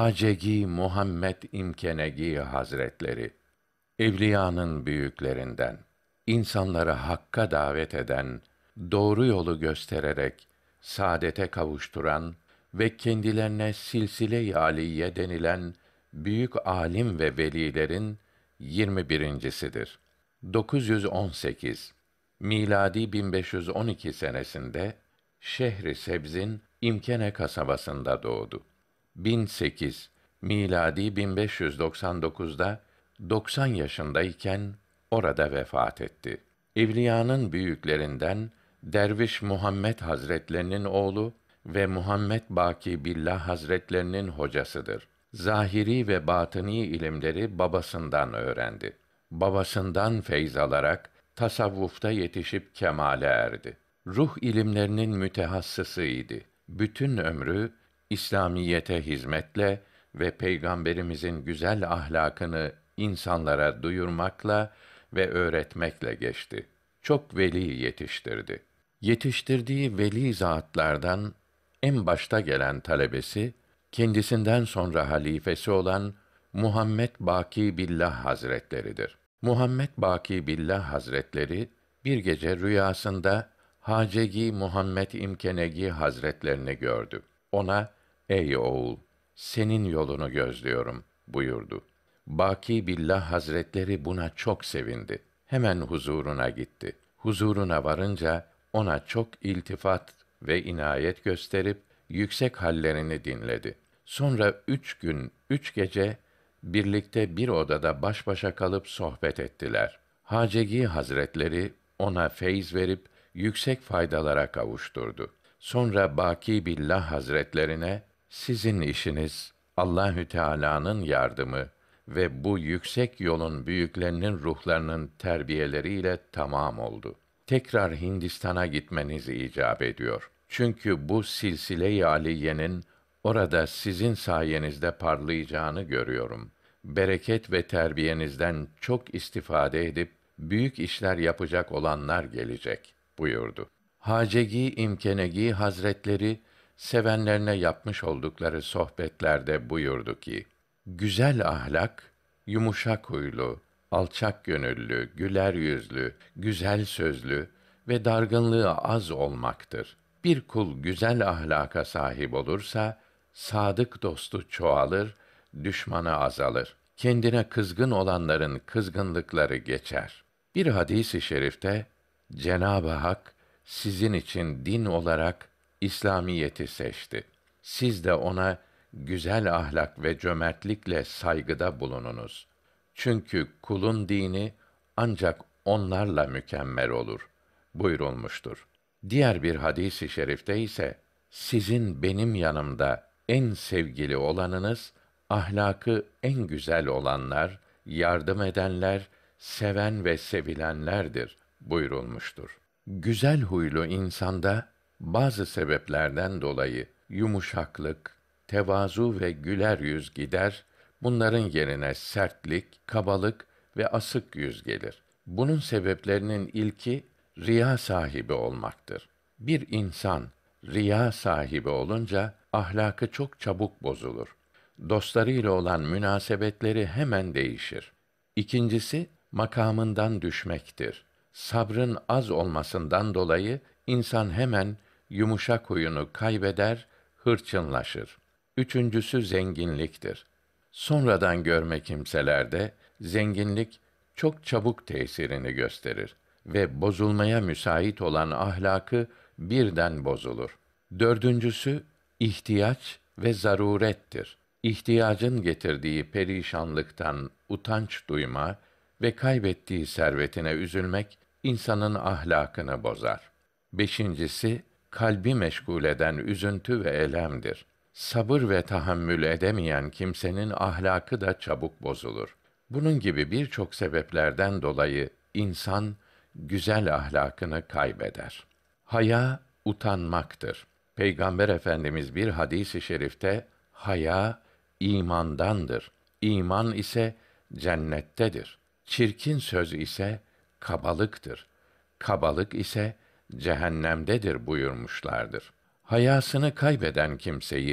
Hacegi Muhammed İmkenegi Hazretleri, evliyanın büyüklerinden, insanları hakka davet eden, doğru yolu göstererek saadete kavuşturan ve kendilerine silsile-i âliye denilen büyük alim ve velilerin 21.'sidir. 918 miladi 1512 senesinde Şehri Sebz'in İmkene kasabasında doğdu. 1008 miladi 1599'da 90 yaşındayken orada vefat etti. Evliyanın büyüklerinden Derviş Muhammed Hazretlerinin oğlu ve Muhammed Baki Billah Hazretlerinin hocasıdır. Zahiri ve batini ilimleri babasından öğrendi. Babasından feyz alarak tasavvufta yetişip kemale erdi. Ruh ilimlerinin mütehassısıydı. Bütün ömrü İslamiyete hizmetle ve Peygamberimizin güzel ahlakını insanlara duyurmakla ve öğretmekle geçti. Çok veli yetiştirdi. Yetiştirdiği veli zatlardan en başta gelen talebesi, kendisinden sonra halifesi olan Muhammed Baki Billah Hazretleridir. Muhammed Baki Billah Hazretleri bir gece rüyasında Hacegi Muhammed İmkenegi Hazretlerini gördü. Ona, "Ey oğul, senin yolunu gözlüyorum." buyurdu. Baki Billah Hazretleri buna çok sevindi. Hemen huzuruna gitti. Huzuruna varınca ona çok iltifat ve inayet gösterip yüksek hallerini dinledi. Sonra 3 gün, 3 gece birlikte bir odada baş başa kalıp sohbet ettiler. Hacegi Hazretleri ona feyz verip yüksek faydalara kavuşturdu. Sonra Baki Billah Hazretlerine, "Sizin işiniz Allahü Teala'nın yardımı ve bu yüksek yolun büyüklerinin ruhlarının terbiyeleriyle tamam oldu. Tekrar Hindistan'a gitmeniz icap ediyor. Çünkü bu silsile-i âliyenin orada sizin sayenizde parlayacağını görüyorum. Bereket ve terbiyenizden çok istifade edip büyük işler yapacak olanlar gelecek." buyurdu. Hacegi İmkenegi Hazretleri sevenlerine yapmış oldukları sohbetlerde buyurdu ki: "Güzel ahlak, yumuşak huylu, alçak gönüllü, güler yüzlü, güzel sözlü ve dargınlığı az olmaktır. Bir kul güzel ahlaka sahip olursa, sadık dostu çoğalır, düşmanı azalır. Kendine kızgın olanların kızgınlıkları geçer." Bir hadis-i şerifte, Cenab-ı Hak sizin için din olarak İslamiyeti seçti. Siz de ona güzel ahlak ve cömertlikle saygıda bulununuz. Çünkü kulun dini ancak onlarla mükemmel olur buyurulmuştur. Diğer bir hadis-i şerifte ise, sizin benim yanımda en sevgili olanınız, ahlakı en güzel olanlar, yardım edenler, seven ve sevilenlerdir buyurulmuştur. Güzel huylu insanda bazı sebeplerden dolayı yumuşaklık, tevazu ve güler yüz gider, bunların yerine sertlik, kabalık ve asık yüz gelir. Bunun sebeplerinin ilki riya sahibi olmaktır. Bir insan riya sahibi olunca ahlakı çok çabuk bozulur. Dostlarıyla olan münasebetleri hemen değişir. İkincisi makamından düşmektir. Sabrın az olmasından dolayı insan hemen yumuşak huyunu kaybeder, hırçınlaşır. Üçüncüsü zenginliktir. Sonradan görme kimselerde zenginlik çok çabuk tesirini gösterir ve bozulmaya müsait olan ahlakı birden bozulur. Dördüncüsü ihtiyaç ve zarurettir. İhtiyacın getirdiği perişanlıktan utanç duyma ve kaybettiği servetine üzülmek insanın ahlakını bozar. Beşincisi, kalbi meşgul eden üzüntü ve elemdir. Sabır ve tahammül edemeyen kimsenin ahlakı da çabuk bozulur. Bunun gibi birçok sebeplerden dolayı insan güzel ahlakını kaybeder. Haya utanmaktır. Peygamber Efendimiz bir hadis-i şerifte haya imandandır. İman ise cennettedir. Çirkin söz ise kabalıktır. Kabalık ise cehennemdedir buyurmuşlardır. Hayasını kaybeden kimseyi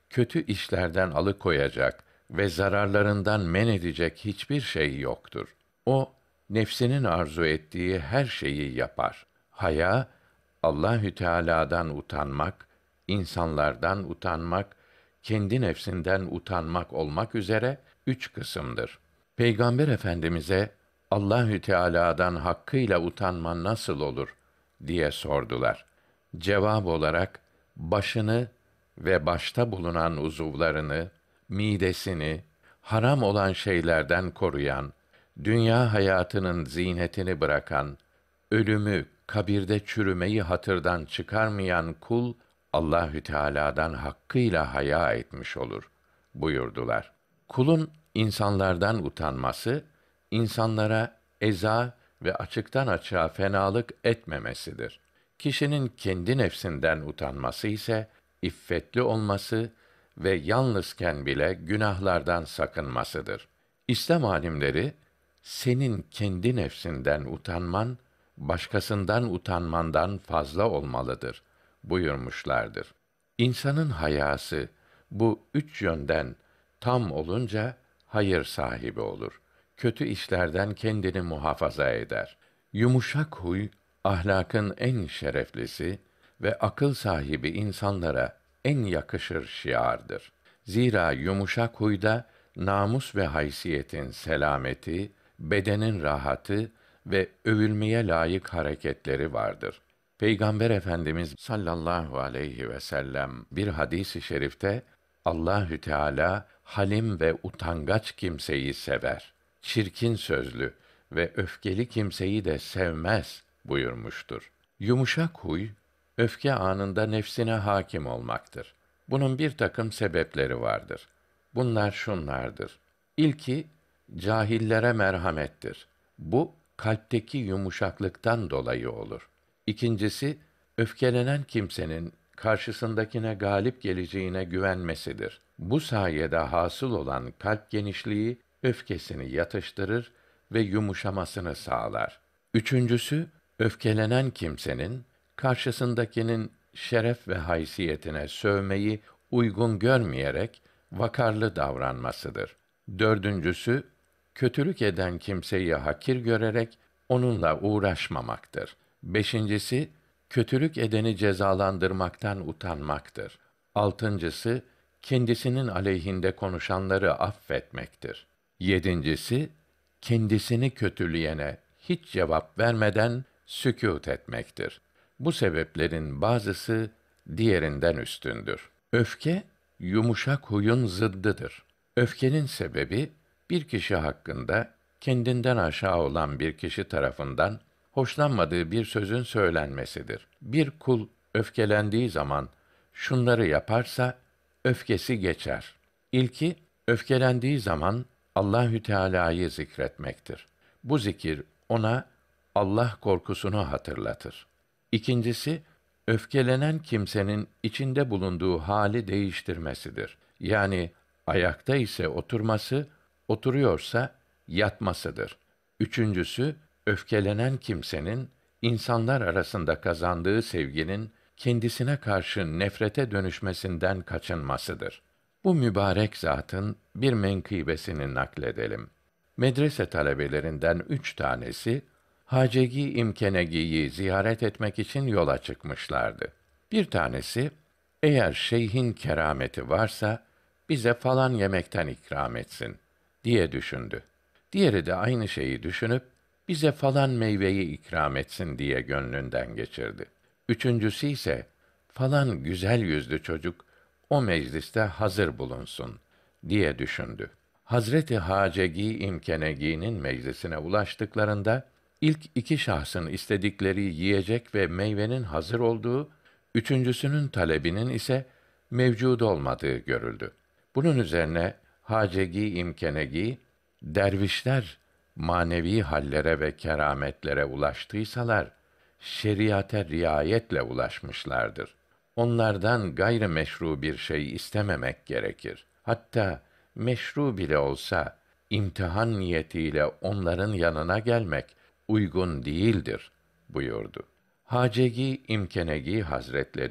kötü işlerden alıkoyacak ve zararlarından men edecek hiçbir şey yoktur. O, nefsinin arzu ettiği her şeyi yapar. Haya, Allahü Teala'dan utanmak, insanlardan utanmak, kendi nefsinden utanmak olmak üzere üç kısımdır. Peygamber Efendimize Allahü Teala'dan hakkıyla utanma nasıl olur diye sordular. Cevap olarak başını ve başta bulunan uzuvlarını, midesini haram olan şeylerden koruyan, dünya hayatının zinetini bırakan, ölümü, kabirde çürümeyi hatırdan çıkarmayan kul Allahü Teala'dan hakkıyla haya etmiş olur buyurdular. Kulun insanlardan utanması, insanlara eza ve açıktan açığa fenalık etmemesidir. Kişinin kendi nefsinden utanması ise iffetli olması ve yalnızken bile günahlardan sakınmasıdır. İslam alimleri senin kendi nefsinden utanman başkasından utanmandan fazla olmalıdır buyurmuşlardır. İnsanın hayası bu üç yönden tam olunca hayır sahibi olur. Kötü işlerden kendini muhafaza eder. Yumuşak huy ahlakın en şereflisi ve akıl sahibi insanlara en yakışır şiardır. Zira yumuşak huyda namus ve haysiyetin selameti, bedenin rahatı ve övülmeye layık hareketleri vardır. Peygamber Efendimiz sallallahu aleyhi ve sellem bir hadis-i şerifte Allahü Teala halim ve utangaç kimseyi sever. Çirkin sözlü ve öfkeli kimseyi de sevmez buyurmuştur. Yumuşak huy, öfke anında nefsine hakim olmaktır. Bunun bir takım sebepleri vardır. Bunlar şunlardır. İlki, cahillere merhamettir. Bu, kalpteki yumuşaklıktan dolayı olur. İkincisi, öfkelenen kimsenin karşısındakine galip geleceğine güvenmesidir. Bu sayede hasıl olan kalp genişliği, öfkesini yatıştırır ve yumuşamasını sağlar. Üçüncüsü, öfkelenen kimsenin, karşısındakinin şeref ve haysiyetine sövmeyi uygun görmeyerek, vakarlı davranmasıdır. Dördüncüsü, kötülük eden kimseyi hakir görerek, onunla uğraşmamaktır. Beşincisi, kötülük edeni cezalandırmaktan utanmaktır. Altıncısı, kendisinin aleyhinde konuşanları affetmektir. Yedincisi, kendisini kötüleyene hiç cevap vermeden sükût etmektir. Bu sebeplerin bazısı diğerinden üstündür. Öfke, yumuşak huyun zıddıdır. Öfkenin sebebi, bir kişi hakkında kendinden aşağı olan bir kişi tarafından hoşlanmadığı bir sözün söylenmesidir. Bir kul öfkelendiği zaman şunları yaparsa öfkesi geçer. İlki, öfkelendiği zaman Allahü Teala'yı zikretmektir. Bu zikir ona Allah korkusunu hatırlatır. İkincisi, öfkelenen kimsenin içinde bulunduğu hali değiştirmesidir. Yani ayakta ise oturması, oturuyorsa yatmasıdır. Üçüncüsü, öfkelenen kimsenin insanlar arasında kazandığı sevginin kendisine karşı nefrete dönüşmesinden kaçınmasıdır. Bu mübarek zatın bir menkıbesini nakledelim. Medrese talebelerinden 3 tanesi, Hacegi İmkenegi'yi ziyaret etmek için yola çıkmışlardı. Bir tanesi, eğer şeyhin kerameti varsa, bize falan yemekten ikram etsin, diye düşündü. Diğeri de aynı şeyi düşünüp, bize falan meyveyi ikram etsin diye gönlünden geçirdi. Üçüncüsü ise, falan güzel yüzlü çocuk, o mecliste hazır bulunsun, diye düşündü. Hazreti Hacegi İmkenegi'nin meclisine ulaştıklarında, ilk iki şahsın istedikleri yiyecek ve meyvenin hazır olduğu, üçüncüsünün talebinin ise mevcud olmadığı görüldü. Bunun üzerine Hacegi İmkenegi, dervişler manevi hallere ve kerametlere ulaştıysalar, şeriate riayetle ulaşmışlardır. Onlardan gayrimeşru bir şey istememek gerekir. Hatta meşru bile olsa, imtihan niyetiyle onların yanına gelmek uygun değildir, buyurdu. Hacegi İmkenegi Hazretleri,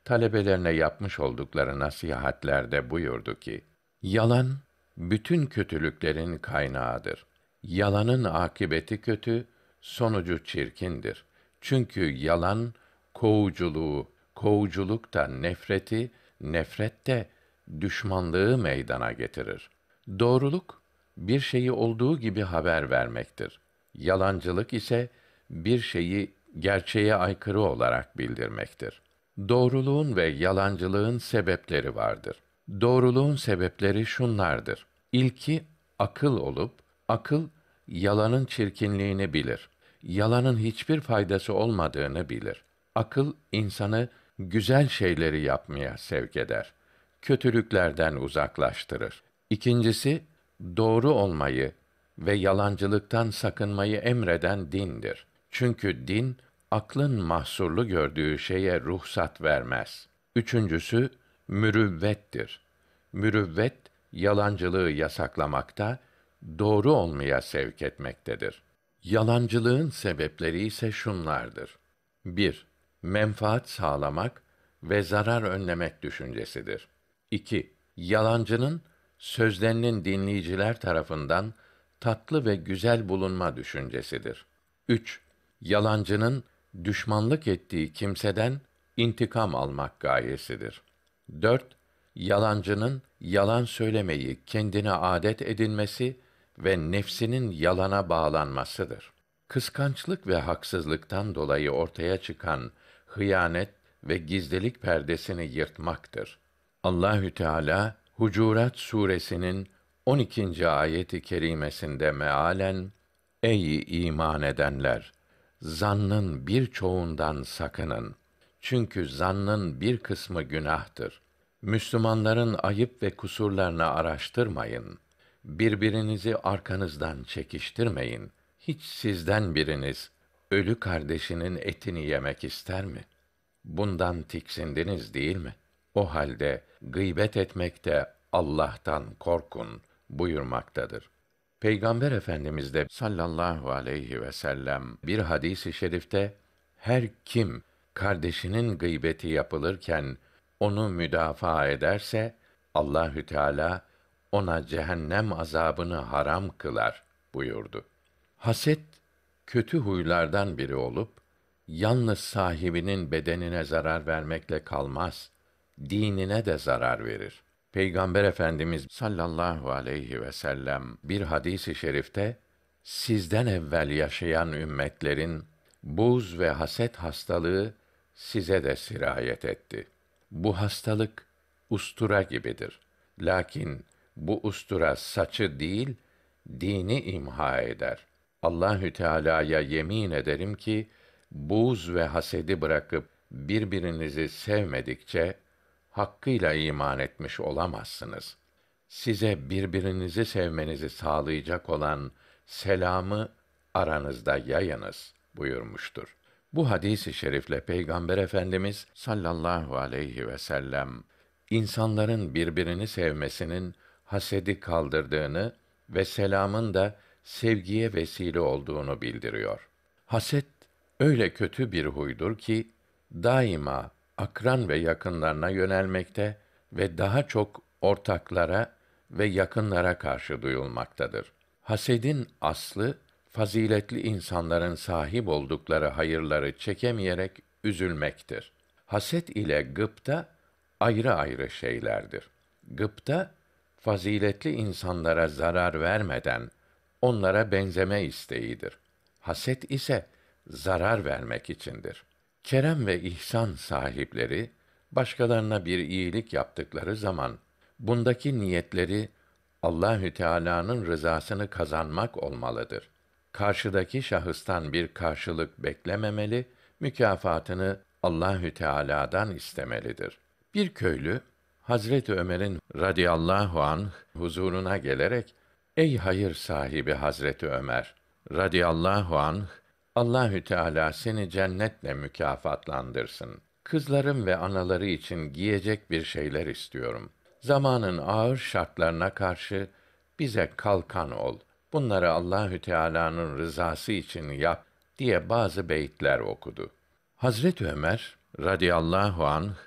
talebelerine yapmış oldukları nasihatlerde buyurdu ki, yalan, bütün kötülüklerin kaynağıdır. Yalanın akıbeti kötü, sonucu çirkindir. Çünkü yalan, kovuculuğu, kovuculuk da nefreti, nefret de düşmanlığı meydana getirir. Doğruluk, bir şeyi olduğu gibi haber vermektir. Yalancılık ise bir şeyi gerçeğe aykırı olarak bildirmektir. Doğruluğun ve yalancılığın sebepleri vardır. Doğruluğun sebepleri şunlardır. İlki akıl olup, akıl yalanın çirkinliğini bilir. Yalanın hiçbir faydası olmadığını bilir. Akıl insanı güzel şeyleri yapmaya sevk eder. Kötülüklerden uzaklaştırır. İkincisi, doğru olmayı ve yalancılıktan sakınmayı emreden dindir. Çünkü din, aklın mahsurlu gördüğü şeye ruhsat vermez. Üçüncüsü, mürüvvettir. Mürüvvet, yalancılığı yasaklamakta, doğru olmaya sevk etmektedir. Yalancılığın sebepleri ise şunlardır. 1. Menfaat sağlamak ve zarar önlemek düşüncesidir. 2. Yalancının sözlerinin dinleyiciler tarafından tatlı ve güzel bulunma düşüncesidir. 3. Yalancının düşmanlık ettiği kimseden intikam almak gayesidir. 4. Yalancının yalan söylemeyi kendine adet edinmesi ve nefsinin yalana bağlanmasıdır. Kıskançlık ve haksızlıktan dolayı ortaya çıkan hıyanet ve gizlilik perdesini yırtmaktır. Allahü Teala Hucurat suresinin 12. ayeti kerimesinde mealen, ey iman edenler, zannın birçoğundan sakının. Çünkü zannın bir kısmı günahtır. Müslümanların ayıp ve kusurlarını araştırmayın. Birbirinizi arkanızdan çekiştirmeyin. Hiç sizden biriniz ölü kardeşinin etini yemek ister mi? Bundan tiksindiniz değil mi? O halde gıybet etmekte Allah'tan korkun buyurmaktadır. Peygamber Efendimiz de sallallahu aleyhi ve sellem bir hadisi şerifte her kim kardeşinin gıybeti yapılırken onu müdafaa ederse Allahü Teala ona cehennem azabını haram kılar buyurdu. Haset kötü huylardan biri olup yalnız sahibinin bedenine zarar vermekle kalmaz, dinine de zarar verir. Peygamber Efendimiz sallallahu aleyhi ve sellem bir hadisi şerifte sizden evvel yaşayan ümmetlerin buz ve haset hastalığı size de sirayet etti. Bu hastalık ustura gibidir. Lakin bu ustura saçı değil, dini imha eder. Allahü Teala'ya yemin ederim ki buğz ve hasedi bırakıp birbirinizi sevmedikçe hakkıyla iman etmiş olamazsınız. Size birbirinizi sevmenizi sağlayacak olan selamı aranızda yayınız buyurmuştur. Bu hadis-i şerifle Peygamber Efendimiz sallallahu aleyhi ve sellem insanların birbirini sevmesinin hasedi kaldırdığını ve selamın da sevgiye vesile olduğunu bildiriyor. Haset öyle kötü bir huydur ki daima akran ve yakınlarına yönelmekte ve daha çok ortaklara ve yakınlara karşı duyulmaktadır. Hasedin aslı faziletli insanların sahip oldukları hayırları çekemeyerek üzülmektir. Haset ile gıpta ayrı ayrı şeylerdir. Gıpta faziletli insanlara zarar vermeden onlara benzeme isteğidir. Haset ise zarar vermek içindir. Kerem ve ihsan sahipleri başkalarına bir iyilik yaptıkları zaman bundaki niyetleri Allahü Teala'nın rızasını kazanmak olmalıdır. Karşıdaki şahıstan bir karşılık beklememeli, mükafatını Allahü Teala'dan istemelidir. Bir köylü Hazreti Ömer'in radıyallahu anh huzuruna gelerek ey hayır sahibi Hazreti Ömer radıyallahu anh Allahü Teala seni cennetle mükafatlandırsın. Kızlarım ve anaları için giyecek bir şeyler istiyorum. Zamanın ağır şartlarına karşı bize kalkan ol. Bunları Allahü Teala'nın rızası için yap diye bazı beyitler okudu. Hazreti Ömer radıyallahu anh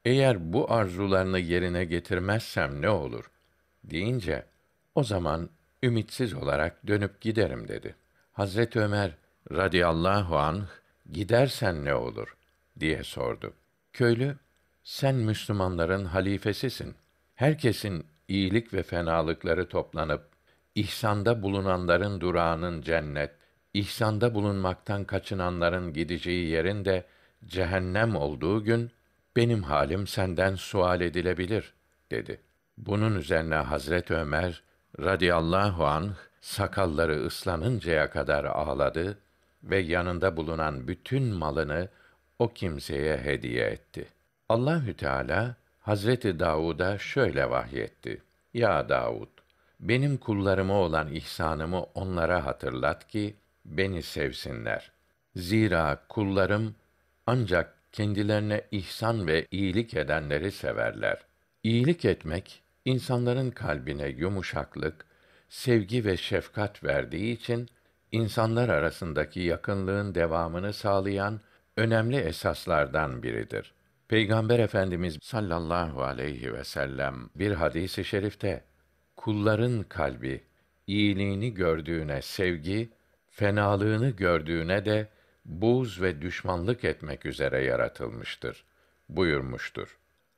Eğer bu arzularını yerine getirmezsem ne olur? Deyince, o zaman ümitsiz olarak dönüp giderim dedi. Hazret Ömer radıyallahu anh, gidersen ne olur diye sordu. Köylü, sen Müslümanların halifesisin. Herkesin iyilik ve fenalıkları toplanıp, ihsanda bulunanların durağının cennet, ihsanda bulunmaktan kaçınanların gideceği yerin de cehennem olduğu gün, benim halim senden sual edilebilir, dedi. Bunun üzerine Hazret Ömer radıyallahu anh sakalları ıslanıncaya kadar ağladı ve yanında bulunan bütün malını o kimseye hediye etti. Allahü Teala Hazreti Davud'a şöyle vahyetti: Ya Davud, benim kullarıma olan ihsanımı onlara hatırlat ki beni sevsinler. Zira kullarım ancak kendilerine ihsan ve iyilik edenleri severler. İyilik etmek, insanların kalbine yumuşaklık, sevgi ve şefkat verdiği için, insanlar arasındaki yakınlığın devamını sağlayan önemli esaslardan biridir. Peygamber Efendimiz sallallahu aleyhi ve sellem bir hadisi şerifte, kulların kalbi, iyiliğini gördüğüne sevgi, fenalığını gördüğüne de buğz ve düşmanlık etmek üzere yaratılmıştır buyurmuştur.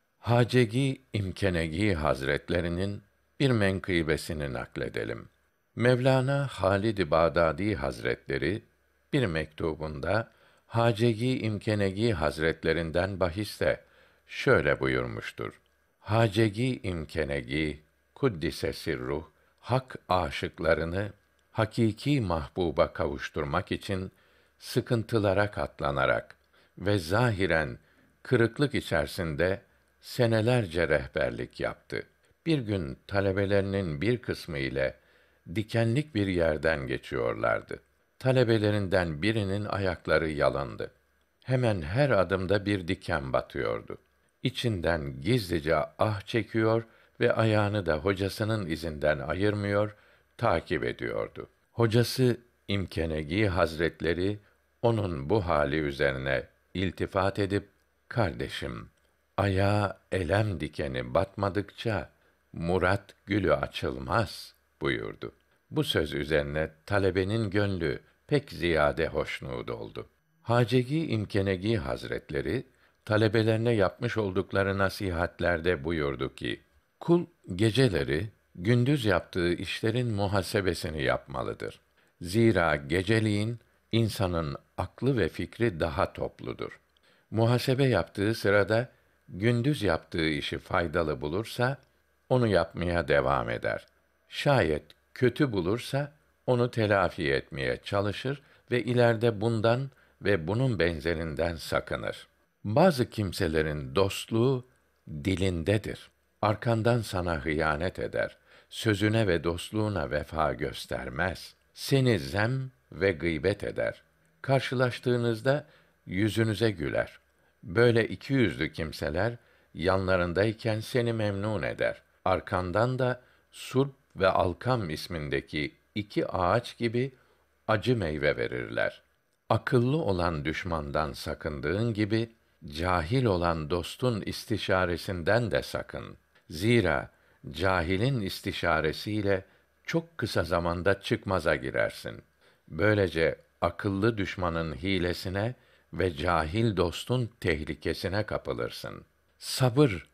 Hacegi İmkenegi Hazretlerinin bir menkıbesini nakledelim. Mevlana Halid-i Bağdadi Hazretleri bir mektubunda Hacegi İmkenegi Hazretlerinden bahiste şöyle buyurmuştur: Hacegi İmkenegi kuddise sirruh, hak aşıklarını hakiki mahbuba kavuşturmak için sıkıntılara katlanarak ve zahiren kırıklık içerisinde senelerce rehberlik yaptı. Bir gün talebelerinin bir kısmı ile dikenlik bir yerden geçiyorlardı. Talebelerinden birinin ayakları yalandı. Hemen her adımda bir diken batıyordu. İçinden gizlice ah çekiyor ve ayağını da hocasının izinden ayırmıyor, takip ediyordu. Hocası İmkenegi Hazretleri onun bu hali üzerine iltifat edip, kardeşim, ayağa elem dikeni batmadıkça murat gülü açılmaz buyurdu. Bu söz üzerine talebenin gönlü pek ziyade hoşnut oldu. Hacegi İmkenegi Hazretleri talebelerine yapmış oldukları nasihatlerde buyurdu ki: Kul geceleri gündüz yaptığı işlerin muhasebesini yapmalıdır. Zira geceliğin insanın aklı ve fikri daha topludur. Muhasebe yaptığı sırada gündüz yaptığı işi faydalı bulursa onu yapmaya devam eder. Şayet kötü bulursa onu telafi etmeye çalışır ve ileride bundan ve bunun benzerinden sakınır. Bazı kimselerin dostluğu dilindedir. Arkandan sana hıyanet eder. Sözüne ve dostluğuna vefa göstermez. Seni zem ve gıybet eder. Karşılaştığınızda yüzünüze güler. Böyle iki yüzlü kimseler yanlarındayken seni memnun eder. Arkandan da Surp ve Alkam ismindeki iki ağaç gibi acı meyve verirler. Akıllı olan düşmandan sakındığın gibi, cahil olan dostun istişaresinden de sakın. Zira cahilin istişaresiyle çok kısa zamanda çıkmaza girersin. Böylece akıllı düşmanın hilesine ve cahil dostun tehlikesine kapılırsın. Sabır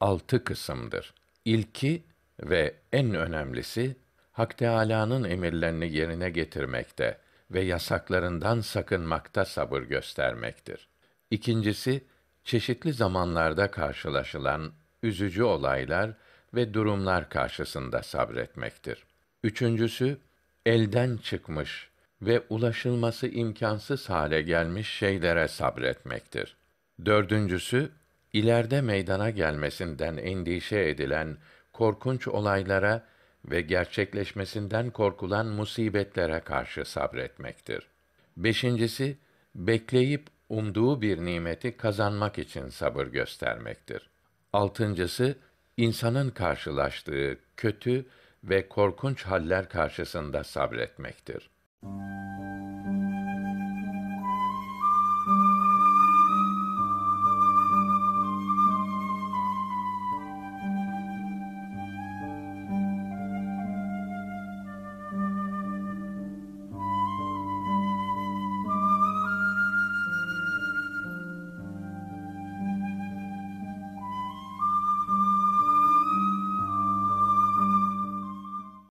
6 kısımdır. İlki ve en önemlisi, Hak Teâlâ'nın emirlerini yerine getirmekte ve yasaklarından sakınmakta sabır göstermektir. İkincisi, çeşitli zamanlarda karşılaşılan üzücü olaylar ve durumlar karşısında sabretmektir. Üçüncüsü, elden çıkmış ve ulaşılması imkansız hale gelmiş şeylere sabretmektir. Dördüncüsü, ileride meydana gelmesinden endişe edilen korkunç olaylara ve gerçekleşmesinden korkulan musibetlere karşı sabretmektir. Beşincisi, bekleyip umduğu bir nimeti kazanmak için sabır göstermektir. Altıncısı, insanın karşılaştığı kötü ve korkunç haller karşısında sabretmektir.